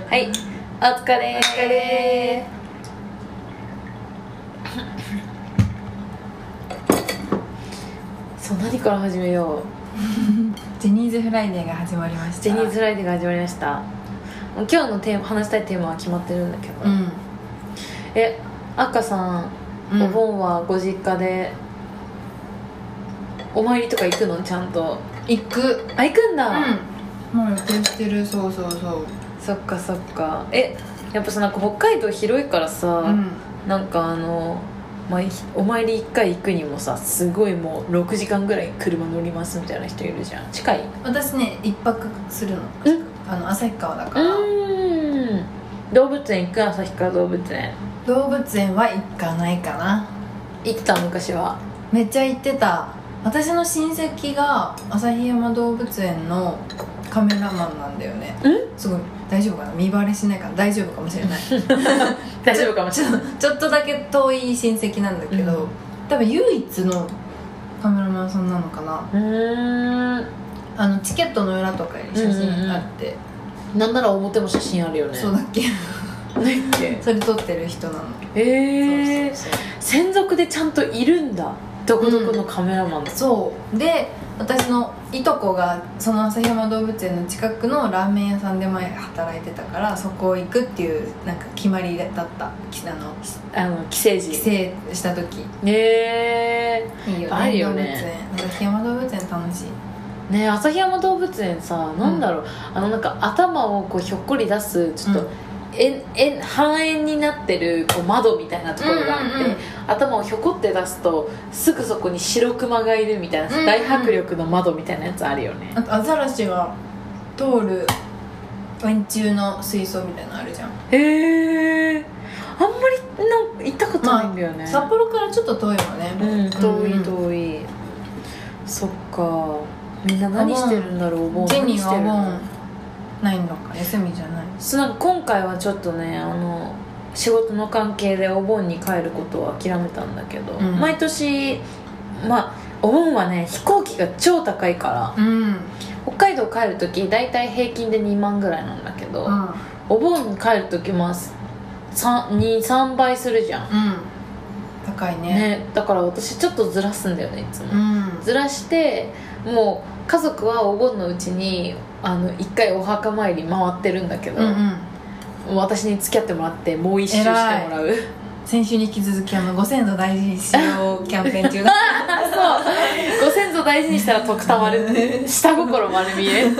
はい、お疲れそう、何から始めよジェニーズフライデーが始まりました。 ジェニーズフライデーが始まりました。今日の話したいテーマは決まってるんだけど、赤さん、お盆はご実家でお参りとか行くの？ちゃんと行く。 行くんだ。 もう予定してる。そうそうそう。 そっかそっか。やっぱさ、なんか北海道広いからさ、なんかお参り1回行くにもさ、すごいもう6時間ぐらい車乗りますみたいな人いるじゃん。近い？ 私ね、1泊するの。旭川だから。 動物園行く？旭川動物園。 動物園は行かないかな。 行った？昔はめっちゃ行ってた。私の親戚が旭山動物園のカメラマンなんだよね。すごい。大丈夫かな、見バレしないから大丈夫かもしれない大丈夫かもしれない。 ちょっとだけ遠い親戚なんだけど、多分唯一のカメラマンさんなのかな。チケットの裏とかに写真あって、 なんなら表も写真あるよね。 そうだっけそれ撮ってる人なの。そう専属でちゃんといるんだ、どこどこのカメラマン。 そうで、私のいとこがその旭山動物園の近くのラーメン屋さんで前働いてたから、そこ行くっていうなんか決まりだった。 帰省時、 帰省した時。いいよね、 あるよね。 旭山動物園楽しいね。旭山動物園さ、なんだろう、なんか頭をこうひょっこり出すちょっと、半円になってるこう窓みたいなところがあって、頭をひょこって出すとすぐそこに白クマがいるみたいな、大迫力の窓みたいなやつあるよね。 あとアザラシが通る円柱の水槽みたいなのあるじゃん。 あんまり行ったことないんだよね。 札幌からちょっと遠いよね。 遠い。そっか。みんな何してるんだろう。お盆。 ジェニーはお盆ないのか、休みじゃない。 なんか今回はちょっとね、仕事の関係でお盆に帰ることを諦めたんだけど、毎年お盆はね、飛行機が超高いから、北海道帰るとき大体平均で2万ぐらいなんだけど、お盆に帰るとき3倍するじゃん。 高いね。 だから私ちょっとずらすんだよね、いつも。ずらして、もう家族はお盆のうちに1回お墓参り回ってるんだけど、私に付き合ってもらってもう一周してもらう。 先週に引き続きご先祖大事にしようキャンペーン中だそう、ご先祖大事にしたら得たまる下心丸見え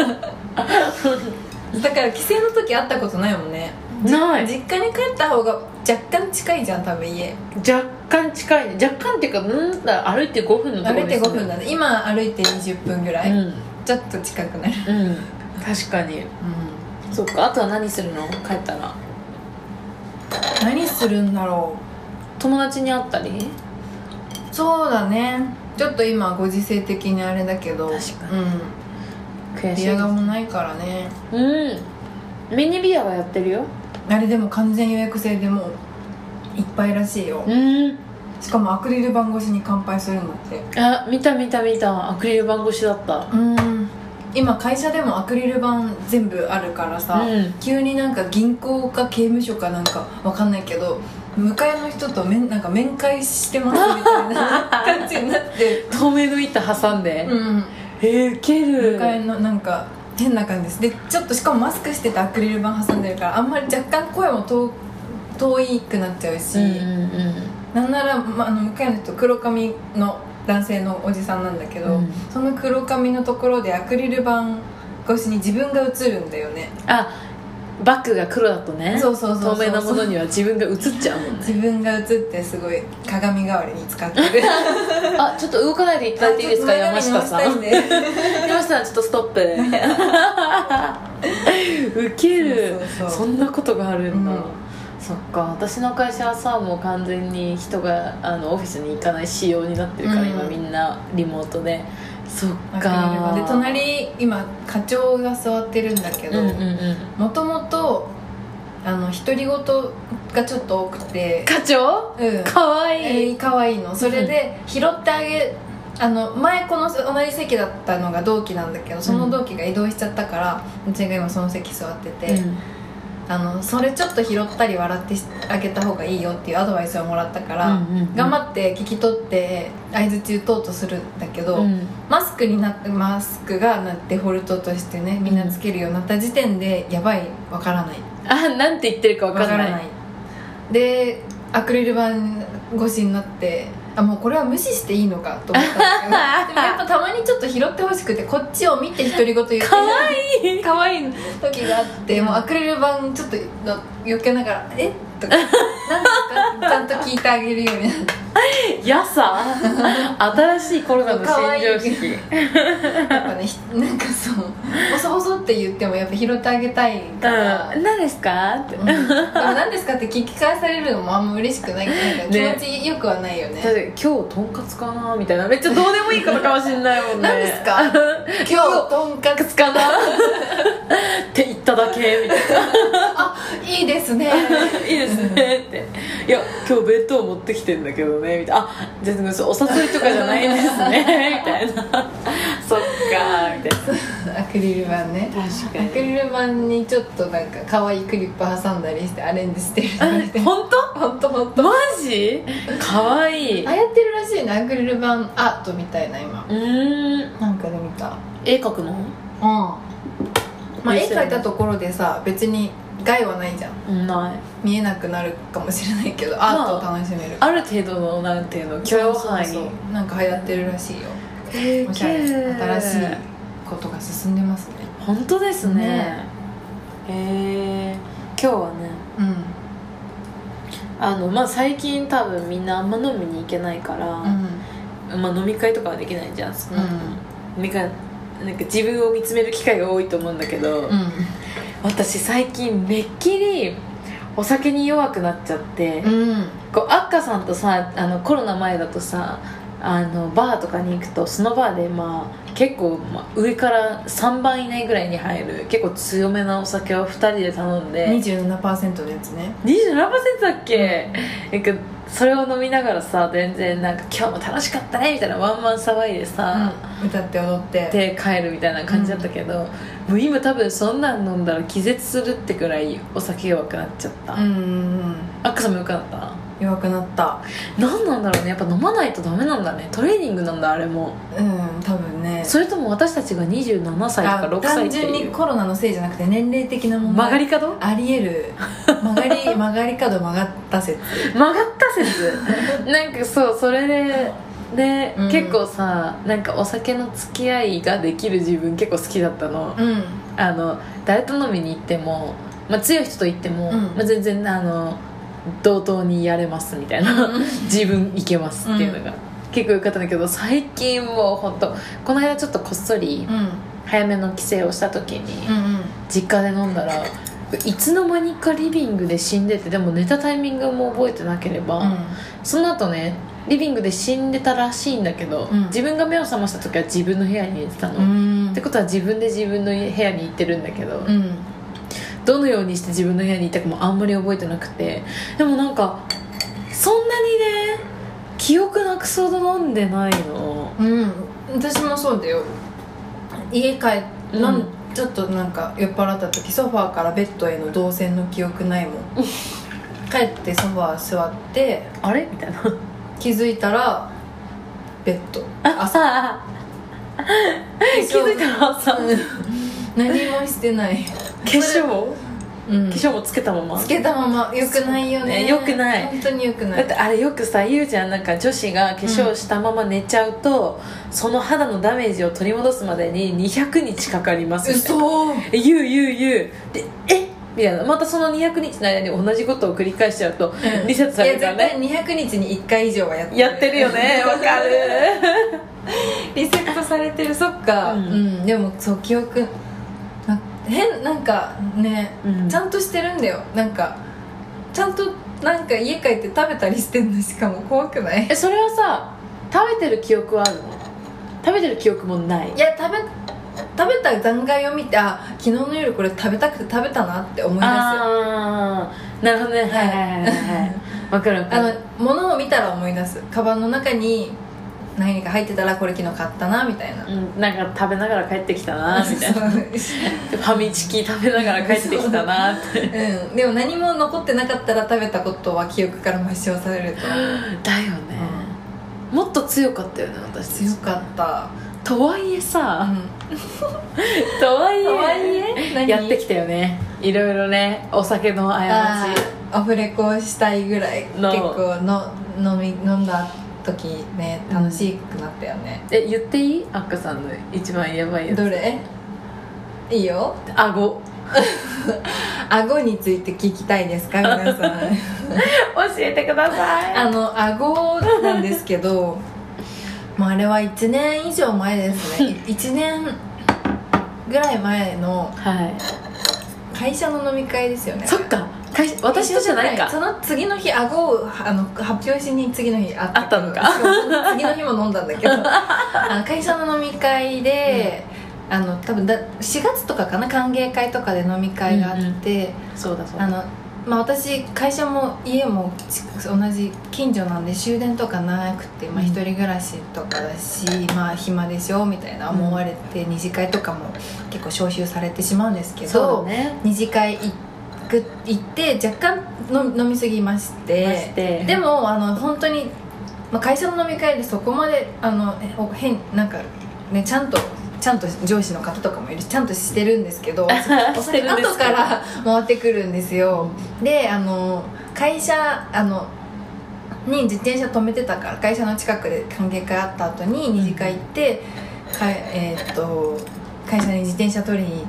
だから帰省の時会ったことないもんね。 ない。 実家に帰った方が若干近いじゃん、多分家。 若干近いね。若干っていうか、歩いて5分のところです、ね、 歩いて5分だね。今歩いて20分ぐらい、ちょっと近くなる。 確かに。そっか。あとは何するの？帰ったら何するんだろう。友達に会ったり？ そうだね。ちょっと今ご時世的にあれだけど、 確かに、悔しい。 ビアガもないからね。 ミニビアはやってるよ。 あれでも完全予約制でもういっぱいらしいよ。しかもアクリル板越しに乾杯するんだって。 見た。アクリル板越しだった。 今会社でもアクリル板全部あるからさ、急になんか銀行か刑務所かなんかわかんないけど、向かいの人となんか面会してますみたいな感じになって透明の板挟んで、ウケる。 向かいのなんか変な感じです。でちょっとしかもマスクしててアクリル板挟んでるから、あんまり若干声も遠いくなっちゃうし、なんなら、向かいの人黒髪の男性のおじさんなんだけど、その黒髪のところでアクリル板越しに自分が映るんだよね。 バッグが黒だとね。 そう透明なものには自分が映っちゃうもんね。 自分が映ってすごい鏡代わりに使ってるちょっと動かないでいただいていいですか、山下さん。山下さんちょっとストップみたいなウケる。そんなことがあるんだ。そっか。私の会社はさ、もう完全に人がオフィスに行かない仕様になってるから、今みんなリモートで。そっか。 で隣今課長が座ってるんだけど、もともと独り言がちょっと多くて。 課長？かわいい。 かわいいの。それで拾ってあげ前この同じ席だったのが同期なんだけど、その同期が移動しちゃったから、私が今その席座ってて、 それちょっと拾ったり笑ってあげた方がいいよっていうアドバイスをもらったから、頑張って聞き取って相づち打とうとするんだけど、マスクがデフォルトとしてねみんなつけるようになった時点でやばい、わからない、 なんて言ってるかわからないでアクリル板越しになって、もうこれは無視していいのかと思ったんだけどでもやっぱたまにちょっと拾ってほしくてこっちを見て独り言言ってかわいいかわいい時があって、もうアクリル板ちょっと避けながら「えっ?」とか「何ですか?」ちゃんと聞いてあげるようになってやさ新しいコロナの新常識やっぱね、なんかそうボソボソって言ってもやっぱ拾ってあげたいから、 何ですかって、 でも何ですかって聞き返されるのもあんま嬉しくない、なんか気持ちよくはないよね。 だって今日とんかつかなみたいな、めっちゃどうでもいいことかもしれないもんね何ですか今日とんかつかなって言っただけみたいなあ、いいですねいいですねっていや今日弁当持ってきてんだけどねみたいな、全然お誘いとかじゃないんですねみたいなそっかみたいなアクリル板ね、 確かにアクリル板にちょっとなんか可愛いクリップ挟んだりしてアレンジしてる本当マジかわいい。 やってるらしいね、アクリル板アートみたいな今なんかで見た。 絵描くの？ まあ絵描いたところでさ別に害はないじゃん、 ない見えなくなるかもしれないけど、アートを楽しめる、 ある程度のなんていうの許容範囲そうなんか流行ってるらしいよ。おしゃれ新しいことが進んでますね。 本当ですね。今日はね、まあ最近多分みんなあんま飲みに行けないから、まあ飲み会とかはできないじゃん。なんか自分を見つめる機会が多いと思うんだけど、私最近めっきりお酒に弱くなっちゃって、こうアッカさんとさコロナ前だとさバーとかに行くとそのバーで結構、上から3番以内ぐらいに入る結構強めなお酒を2人で頼んで 27% のやつね。 27% だっけ、なんかそれを飲みながらさ全然なんか今日も楽しかったねみたいなワンマン騒いでさ、 歌って踊ってで帰るみたいな感じだったけど、もう今多分そんなん飲んだら気絶するってくらいお酒弱くなっちゃった。アッカさんも弱くなった？ 弱くなった。 何なんだろうね、やっぱ飲まないとダメなんだね。トレーニングなんだあれも。 多分ね。 それとも私たちが27歳とか6歳っていう単純にコロナのせいじゃなくて年齢的な問題。 曲がり角ありえる曲がり角曲がった説曲がった説なんかそれで結構さなんかお酒の付き合いができる自分結構好きだったの。誰と飲みに行っても、強い人と行っても、全然同等にやれますみたいな自分いけますっていうのが結構良かったんだけど、最近もう本当この間ちょっとこっそり早めの帰省をした時に実家で飲んだらいつの間にかリビングで死んでて、でも寝たタイミングも覚えてなければ、その後ねリビングで死んでたらしいんだけど、自分が目を覚ました時は自分の部屋に寝てたの、ってことは自分で自分の部屋に行ってるんだけど、どのようにして自分の部屋にいたかもあんまり覚えてなくて、でもなんかそんなにね記憶なくすほど飲んでないの。 私もそうだよ。家帰ってちょっとなんか酔っ払った時ソファーからベッドへの動線の記憶ないもん帰ってソファー座ってあれみたいな気づいたらベッド朝気づいたら朝何もしてない化粧もつけたままつけたまま。よくないよね。 よくない、 本当によくない。 だってあれよくさ言うじゃん、なんか女子が化粧したまま寝ちゃうと、その肌のダメージを取り戻すまでに200日かかりますみたいな。言うでみたいな、またその200日の間に同じことを繰り返しちゃうとリセットされるからね。 いや絶対200日に1回以上はやってるよね。わかるリセットされてる。そっか。でもそう記憶なんかね、ちゃんとしてるんだよ。なんかちゃんとなんか家帰って食べたりしてんの。しかも怖くない？ それはさ食べてる記憶はあるの？食べてる記憶もない。 いや食べた残骸を見て昨日の夜これ食べたくて食べたなって思い出す。 なるほどね。はいわかる。 物を見たら思い出す。カバンの中に何か入ってたらこれ昨日買ったなみたいな、 なんか食べながら帰ってきたなみたいなファミチキ食べながら帰ってきたなって、 でも何も残ってなかったら食べたことは記憶から抹消されるとだよね、もっと強かったよね私たち。 強かった。 とはいえさ、とはいえやってきたよね、いろいろね、お酒の過ち、 アフレコしたいぐらい結構飲んだ時ね楽しくなったよね。 言っていい？アッカさんの一番やばいやつ。 どれ？いいよ。 顎顎について聞きたいですか皆さん教えてください。 顎なんですけどあれは1年以上前ですね1年ぐらい前の会社の飲み会ですよね。 そっか、私とじゃないか。 その次の日顎を発表しに次の日あったのか次の日も飲んだんだけど会社の飲み会で、多分4月とかかな、歓迎会とかで飲み会があって、 そうだ私会社も家も同じ近所なんで終電とかなくて、一人暮らしとかだし、暇でしょみたいな思われて、二次会とかも結構招集されてしまうんですけど、二次会行って若干飲みすぎまして、でも本当に、会社の飲み会でそこまでなんかねちゃんと上司の方とかもいるしちゃんとしてるんですけどお酒後から回ってくるんですよ。で会社に自転車止めてたから、会社の近くで歓迎会あった後に二次会行って会社に自転車取りに行って、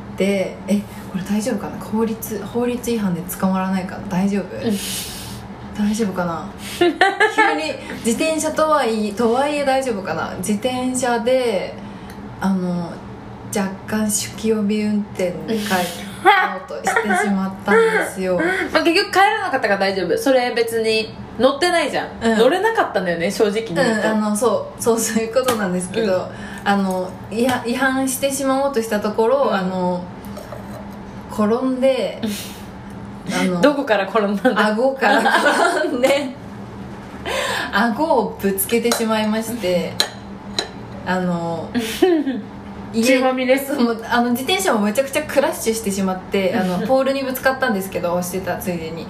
これ大丈夫かな、法律違反で捕まらないかな、大丈夫大丈夫かな急に自転車とはいえ大丈夫かな、自転車で若干酒気帯び運転で帰ろうとしてしまったんですよ結局帰らなかったから大丈夫。それ別に乗ってないじゃん、乗れなかったんだよね正直に言うと、 そういうことなんですけど、違反してしまおうとしたところ、転んでどこから転んだんだ。 顎から転んで顎をぶつけてしまいまして血まみれす。 自転車もめちゃくちゃクラッシュしてしまってポールにぶつかったんですけど、押してたついでに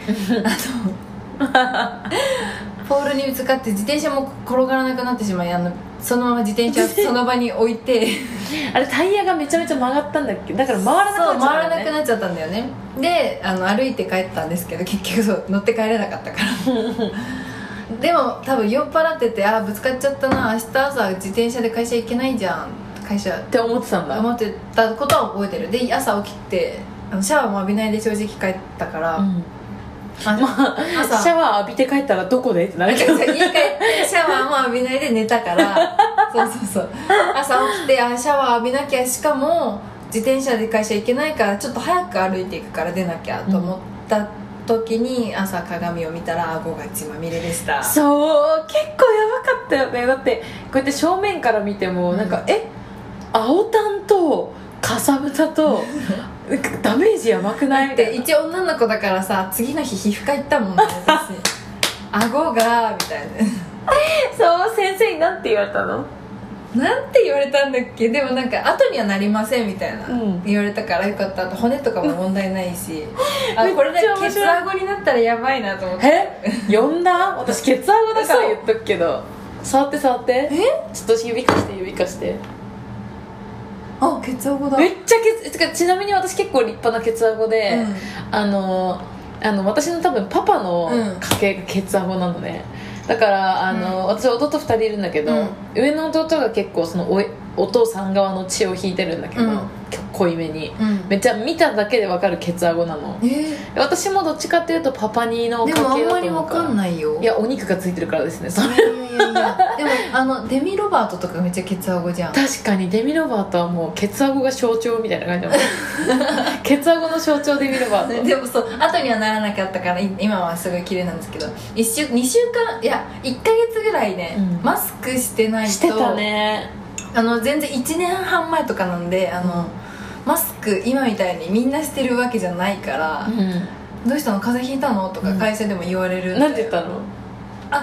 ポールにぶつかって自転車も転がらなくなってしまい、そのまま自転車その場に置いてあれタイヤがめちゃめちゃ曲がったんだっけ、だから回らなくなっちゃったんだよね。 回らなくなっちゃったんだよね。で歩いて帰ったんですけど結局乗って帰れなかったからでも多分酔っ払ってて、ぶつかっちゃったな、明日朝自転車で会社行けないじゃん、会社って思ってたんだ。 思ってたことは覚えてる。で朝起きてシャワーも浴びないで正直帰ったから、 朝シャワー浴びて帰ったらどこでってなるけど家帰ってシャワーも浴びないで寝たからそう朝起きてシャワー浴びなきゃ、しかも自転車で会社行けないからちょっと早く歩いていくから出なきゃと思った時に、朝鏡を見たら顎が血まみれでした。 そう結構やばかったよね。だってこうやって正面から見てもなんか、青タンとかさぶたとダメージやばくないみたいな。 一応女の子だからさ、次の日皮膚科行ったもんね私顎がみたいなそう、先生になんて言われたの？ なんて言われたんだっけ。でもなんか後にはなりませんみたいな、言われたからよかった。あと骨とかも問題ないしこれでケツ顎になったらやばいなと思って。 呼んだ？私ケツ顎だから言っとくけど触ってちょっと指かしてケツ顎だ。 めっちゃちなみに私結構立派なケツ顎で、私の多分パパの家系がケツ顎なのね。だから私弟2人いるんだけど、上の弟が結構そのお父さん側の血を引いてるんだけど、濃いめに、めっちゃ見ただけで分かるケツ顎なの。私もどっちかっていうとパパニーの家系だと思うから。 でもあんまり分かんないよ。 いやお肉がついてるからですねそれ。 いやでもデミロバートとかめっちゃケツ顎じゃん。 確かにデミロバートはもうケツ顎が象徴みたいな感じだもんケツ顎の象徴デミロバートでもそう後にはならなかったから今はすごい綺麗なんですけど、2週間いや1ヶ月ぐらいね、マスクしてないと。 してたね。 全然1年半前とかなんでマスク今みたいにみんなしてるわけじゃないから、どうしたの風邪ひいたのとか会社でも言われる、 なんて言ったの？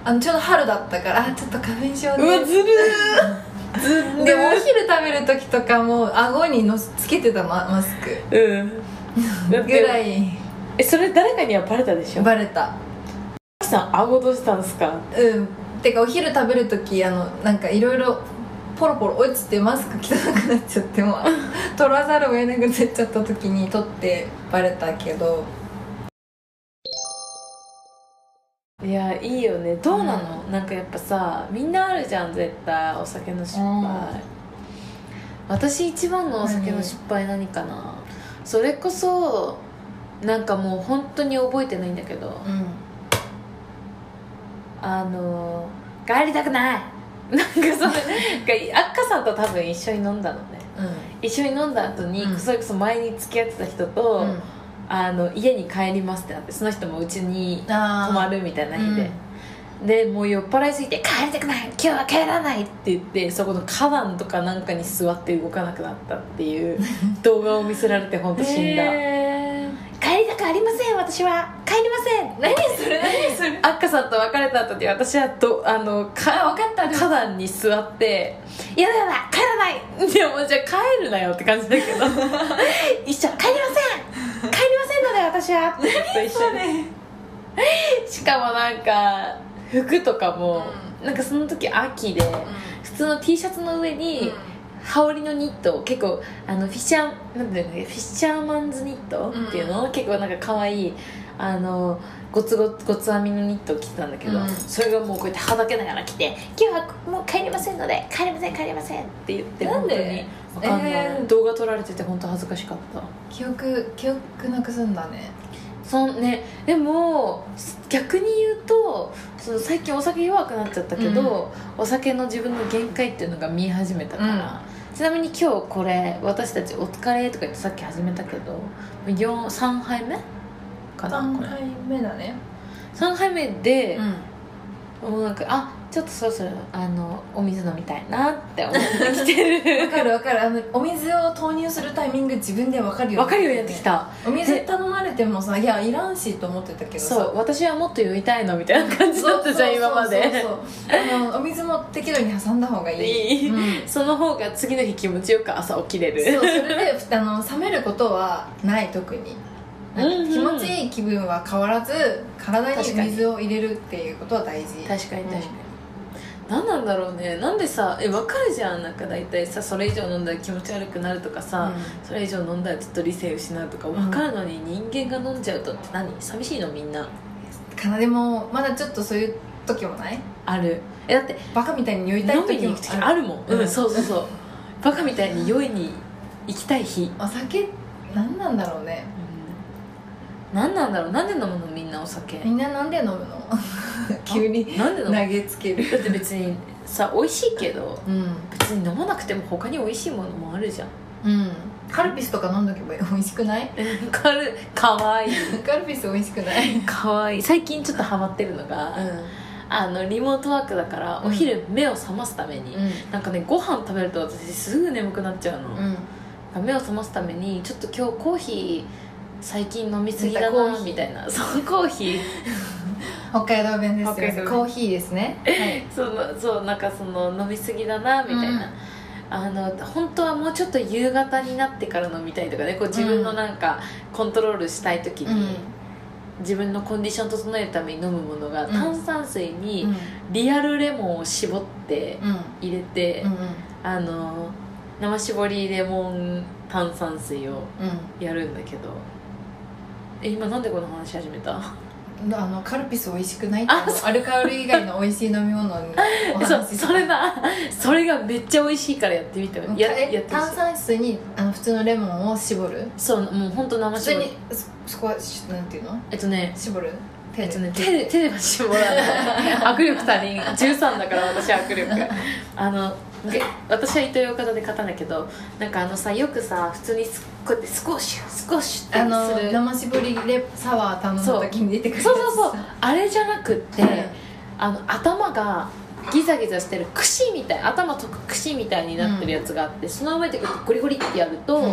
ちょうど春だったからちょっと花粉症で、 うわずるーずるーでもお昼食べる時とかも顎につけてたマスクぐらいそれ誰かにはバレたでしょ。 バレた。 さん顎どうしたんですか。 てかお昼食べる時なんかいろいろポロポロ落ちてマスク汚くなっちゃっても取らざるを得なくなっちゃった時に取ってバレたけど。 いやいいよね。どうなの、なんかやっぱさみんなあるじゃん絶対お酒の失敗、私一番のお酒の失敗何かな。それこそなんかもう本当に覚えてないんだけど、帰りたくないなんかそれあっかさんと多分一緒に飲んだのね、一緒に飲んだ後に、それこそ前に付き合ってた人と、家に帰りますってなって、その人もうちに泊まるみたいな日で、でもう酔っ払いすぎて帰りたくない今日は帰らないって言って、そこの花壇とかなんかに座って動かなくなったっていう動画を見せられて本当死んだ、帰りたくありません私は帰りません。 何それあっかさんと別れた後に私は分かった花壇に座ってやだ帰らない。でもじゃあ帰るなよって感じだけど一緒帰りませんので私はってずっと一緒にしかもなんか服とかも、なんかその時秋で、普通の T シャツの上に、羽織のニット、結構フィッシャーマンズニットっていうの、結構なんか可愛いごつ編みのニットを着てたんだけど、それがもうこうやってはだけながら着て今日はもう帰りませんので帰りませんって言って、 なんで本当に分かんない、動画撮られてて本当恥ずかしかった。 記憶なくすんだね。 でも逆に言うと最近お酒弱くなっちゃったけど、お酒の自分の限界っていうのが見え始めたから、ちなみに今日これ私たちお疲れとか言ってさっき始めたけど3杯目かな。 3杯目だね。 3杯目で、もうなんかちょっとそろそろお水飲みたいなって思ってきてるわかるお水を投入するタイミング自分で分かるようになってきた。 お水頼まれてもさいやいらんしと思ってたけどさ、 そう私はもっと酔いたいのみたいな感じだったじゃん今まで。 お水も適度に挟んだ方がいい、 その方が次の日気持ちよく朝起きれる。 それで冷めることはない特に。気持ちいい気分は変わらず体に水を入れるっていうことは大事。 確かに何なんだろうね。なんでさ分かるじゃん、なんか大体さそれ以上飲んだら気持ち悪くなるとかさ、それ以上飲んだらちょっと理性失うとか分かるのに、人間が飲んじゃうとって寂しいのみんなでもまだちょっとそういう時もない？ ある。だってバカみたいに酔いたい時もあるもん。そうバカみたいに酔いに行きたい日。 お酒何なんだろうね。 何なんだろう。なんで飲むのみんなお酒。 みんななんで飲むの急になんで飲む投げつける。 だって別にさ美味しいけど、別に飲まなくても他に美味しいものもあるじゃん。 カルピスとか飲んどけば美味しくない？ かわいいカルピス美味しくない？ かわいい。最近ちょっとハマってるのが、リモートワークだからお昼目を覚ますために、なんかねご飯食べると私すぐ眠くなっちゃうの、目を覚ますためにちょっと今日コーヒー最近飲みすぎだなみたいな。そうコーヒー北海道弁ですよ。コーヒーですね。 そうなんか飲みすぎだなみたいな、本当はもうちょっと夕方になってから飲みたいとかね、こう自分のなんかコントロールしたい時に、自分のコンディション整えるために飲むものが、炭酸水にリアルレモンを絞って入れて、生搾りレモン炭酸水をやるんだけど、今なんでこの話始めた？ カルピス美味しくないってアルカール以外の美味しい飲み物にお話しそれがめっちゃ美味しいからやってみて。 炭酸水に普通のレモンを絞る？ そうもう本当生搾り。普通にそこはなんていうの？絞る？ 手では絞らない握力足りん。13だから私握力私はイトーヨーカドーで買ったんだけど、なんかよくさ普通にこうやってスコッシュってする生搾りサワー頼んだ時に出てくる。 そうあれじゃなくって、頭がギザギザしてる串みたい、頭とく串みたいになってるやつがあって、その上でゴリゴリってやると、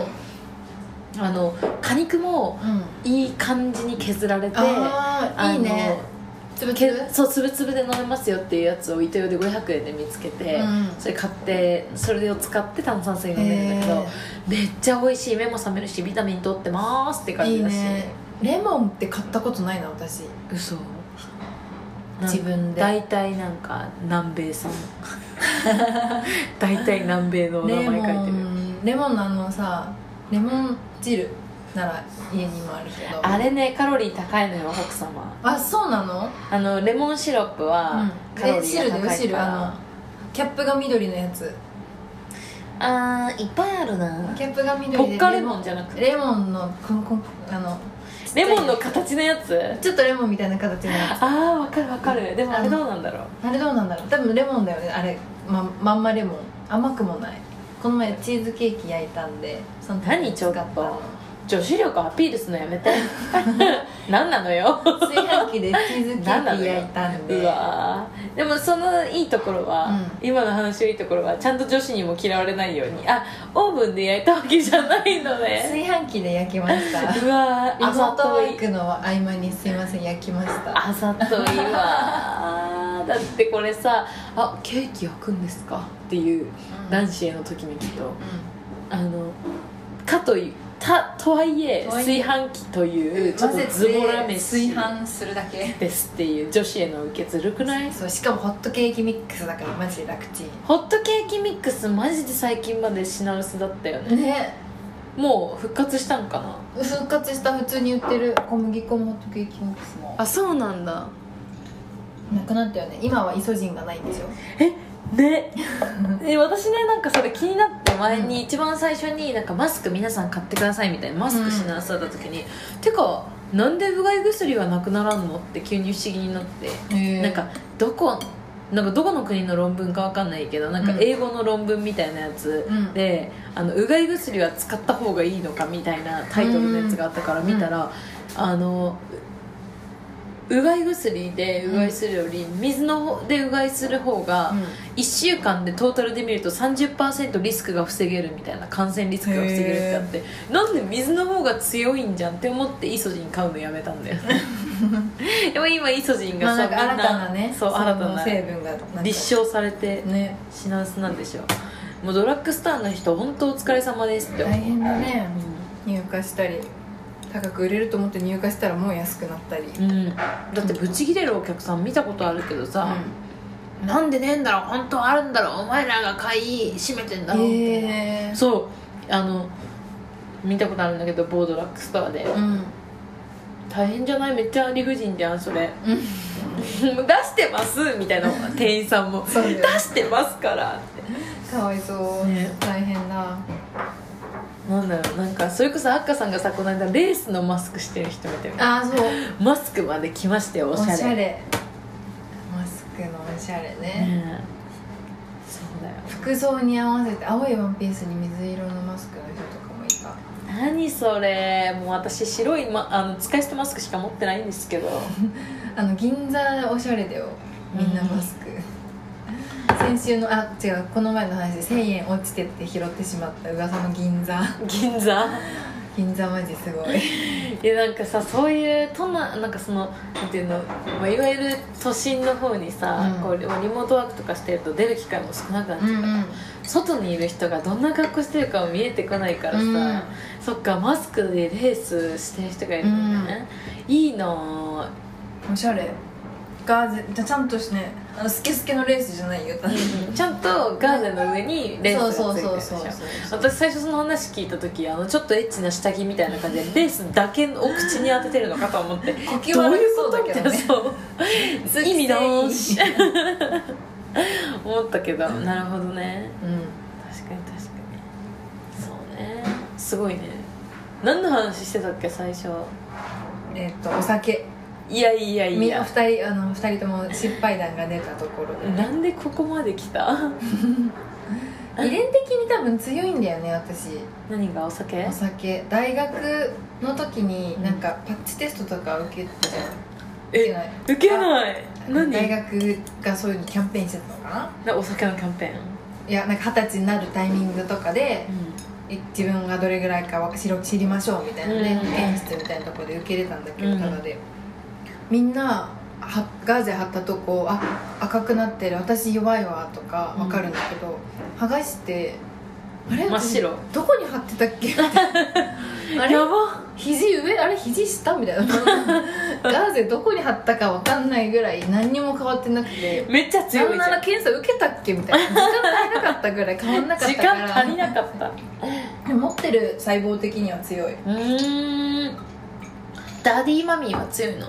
果肉もいい感じに削られて、 いいね。 つぶつぶそうつぶつぶで飲めますよっていうやつをイトヨで500円で見つけて、それ買ってそれを使って炭酸水飲んでるんだけど、めっちゃ美味しい。目も覚めるしビタミン取ってますって感じだし。いいね。 レモンって買ったことないな私。 嘘。 自分で大体なんか南米産大体南米の名前書いてる。 レモンのさレモン汁なら家にもあるけど、 あれねカロリー高いのよ奥様。 あ、そうなの？ レモンシロップはカロリーが高いから、 キャップが緑のやつ。 いっぱいあるな。 キャップが緑でポッカレモンじゃなくてレモンのレモンの形のやつ、 ちょっとレモンみたいな形のやつ。 わかるわかる。でもあれどうなんだろう。 あれどうなんだろう。多分レモンだよねあれ。まんまレモン。甘くもない。この前チーズケーキ焼いたんで、その何ちょっと女子力アピールするのやめて何なのよ炊飯器でチーズケーキ焼いたんで。 うわでもそのいいところは、今の話のいいところはちゃんと女子にも嫌われないように、オーブンで焼いたわけじゃないのね。 炊飯器で焼きましたうわリモートワークの合間にすいません焼きました。 あざといわだってこれさケーキ焼くんですかっていう男子への時にきっと、とはいえ炊飯器というちょっとズボラ飯炊飯するだけですっていう女子への受けずるくない？ そう、しかもホットケーキミックスだからマジで楽ちん。 ホットケーキミックスマジで最近まで品薄だったよね。もう復活したんかな？ 復活した。普通に売ってる小麦粉もホットケーキミックスも。 そうなんだ。 なくなったよね。今はイソジンがないんでしょ。 ね私ねなんかそれ気になって前に、一番最初になんかマスク皆さん買ってくださいみたいなマスク品薄だった時に、てかなんでうがい薬はなくならんのって急に不思議になって、なんかどこの国の論文かわかんないけどなんか英語の論文みたいなやつで、うがい薬は使った方がいいのかみたいなタイトルのやつがあったから見たら、うがい薬でうがいするより水のでうがいする方が1週間でトータルで見ると 30% リスクが防げるみたいな、感染リスクが防げるってあって、なんで水の方が強いんじゃんって思ってイソジン買うのやめたんだよねでも今イソジンがさ、 新たなね、 新たな成分が立証されて品薄なんでしょう。もうドラッグストアの人本当お疲れ様ですって。 大変だね、入荷したり高く売れると思って入荷したらもう安くなったり、 だってブチギレるお客さん見たことあるけどさ、なんでねえんだろう、本当あるんだろう、お前らが買い占めてんだろうって、そう見たことあるんだけど某ドラッグストアで、大変じゃない、めっちゃ理不尽じゃんそれ、出してますみたいな店員さんも出してますからってかわいそう、大変だ。 なんだろう、なんかそれこそアッカさんがさこの間レースのマスクしてる人見てる。 そうマスクまで来ましたよ、おしゃれ。 マスクのおしゃれね、 そうだよ。 服装に合わせて青いワンピースに水色のマスクの人とかもいた。 何それ、もう私白い、使い捨てマスクしか持ってないんですけど銀座おしゃれだよみんなマスク、先週のこの前の話で1000円落ちてって拾ってしまった噂の銀座マジすごいいやなんかさ、そういうなんかそのなんていうの、いわゆる都心の方にさ、こうリモートワークとかしてると出る機会も少なくなっちゃうから、外にいる人がどんな格好してるかも見えてこないからさ、そっか、マスクでレースしてる人がいるんだね、いいなぁ、 おしゃれ。ガーゼちゃんとしてね、スケスケのレースじゃないよちゃんとガーゼの上にレースがついてるでしょ。私最初その話聞いた時、ちょっとエッチな下着みたいな感じでレースだけを口に当ててるのかと思って呼吸悪そうだけどね、 そう意味なし思ったけど、なるほどね、確かにそうね、すごいね。何の話してたっけ最初。 お酒。 いや 2人とも失敗談が出たところで、 なんでここまで来た遺伝的に多分強いんだよね私。 何が？お酒大学の時になんかパッチテストとか受けたじゃん。 受けない。何？ 大学がそういうキャンペーンしてたのかな。 お酒のキャンペーン。 いや、なんか20歳になるタイミングとかで、自分がどれぐらいか知りましょうみたいなね、演出みたいなところで受けれたんだけど、ただでみんなガーゼ貼ったとこ赤くなってる、私弱いわとか分かるんだけど、剥がしてあれ真っ白、 どこに貼ってたっけみたいなあれやば、 肘上、あれ肘下みたいなガーゼどこに貼ったか分かんないぐらい何にも変わってなくて、 めっちゃ強いじゃん。 なんなら検査受けたっけみたいな、時間足りなかったぐらい変わんなかった時から間足りなかった。 で持ってる細胞的には強い。 ダディーマミーは強いの？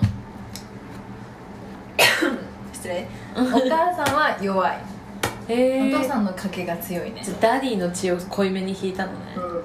失礼お母さんは弱い。おへ父さんの賭けが強いね。 ダディの血を濃いめに引いたのね。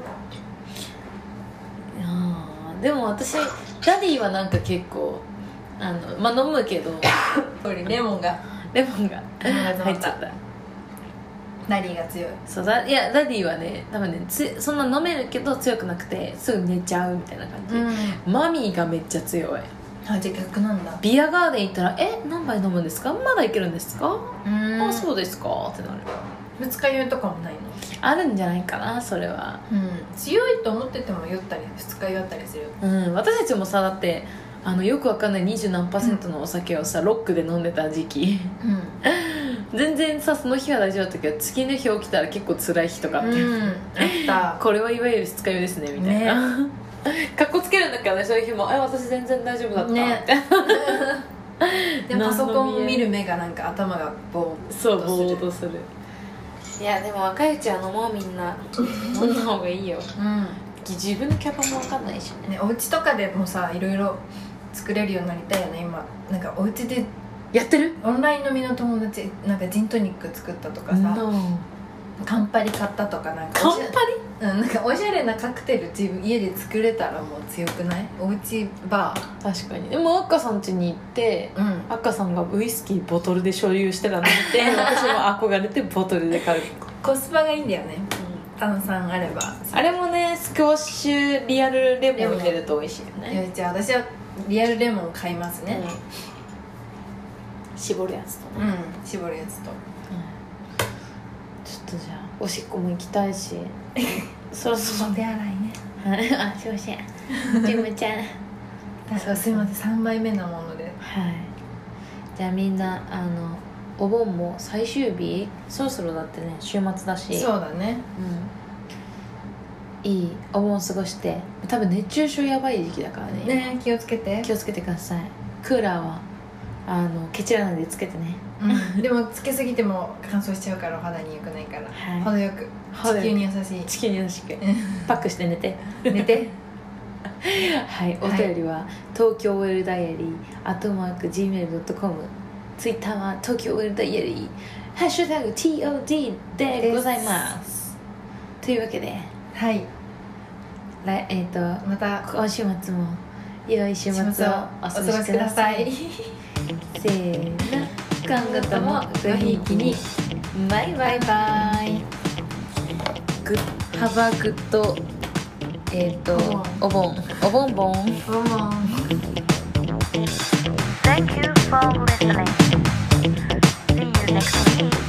でも私ダディはなんか結構まあ飲むけどレモンがレモンが入っちゃった。 ダディが強い。 そういやダディはね多分ねそんな飲めるけど強くなくてすぐ寝ちゃうみたいな感じ、マミーがめっちゃ強い。 あ、じゃあ逆なんだ。 ビアガーデン行ったら何杯飲むんですか、まだいけるんですか、あ、そうですかってなる。 二日酔いとかもないの？ あるんじゃないかな、それは。 強いと思ってても酔ったり二日酔いあったりする。 私たちもさだってよくわかんない20何%のお酒をさ、ロックで飲んでた時期、全然さその日は大丈夫だったけど次の日起きたら結構辛い日とかあって、 あったこれはいわゆる二日酔いですねみたいな、かっこつけるんだけどね、そういう日も私全然大丈夫だった、ね、 でもパソコンを見る目がなんか頭がボーッとする。 そうボーッとする。いやでも若いうちは飲もう、みんな飲んだ方がいいよ、自分のキャパも分かんないしね。 お家とかでもさいろいろ作れるようになりたいよね今。なんかお家でやってる？ オンライン飲みの友達なんかジントニック作ったとかさ、カンパリ買ったとか、なんかカンパリ？ なんかおしゃれなカクテル自分家で作れたらもう強くない？おうちバー。 確かに。でもアッカさん家に行って、アッカさんがウイスキーボトルで所有してたの見て私も憧れてボトルで買う。 コスパがいいんだよね、炭酸あれば。 あれもね、スクワッシュリアルレモン入れると美味しいよね。 じゃあ私はリアルレモン買いますね、 絞るやつとね。絞るやつと、 ちょっとじゃあおしっこも行きたいしそろそろ手洗いね。 あ、すいませんジムちゃんすいません、3杯目なもので。 はい。じゃあみんなお盆も最終日、そろそろだってね、週末だし。 そうだね。 いいお盆過ごして。多分熱中症やばい時期だからね。 ね、気をつけてください。クーラーはケチらないでつけてね。 でもつけすぎても乾燥しちゃうからお肌に良くないから、程よく地球に優しい。 地球に優しくパックして寝てはい、お便りは、東京 OL ダイアリー@gmail.com、 ツイッターは東京 OL ダイアリーハッシュタグ TOD でございます。というわけで、 はい、 また今週末も良い週末をお過ごしください。せーの、今後ともごひいきに。バイバイバイ。グッハバグッドお盆ボン。 Thank you for listening. See you next week.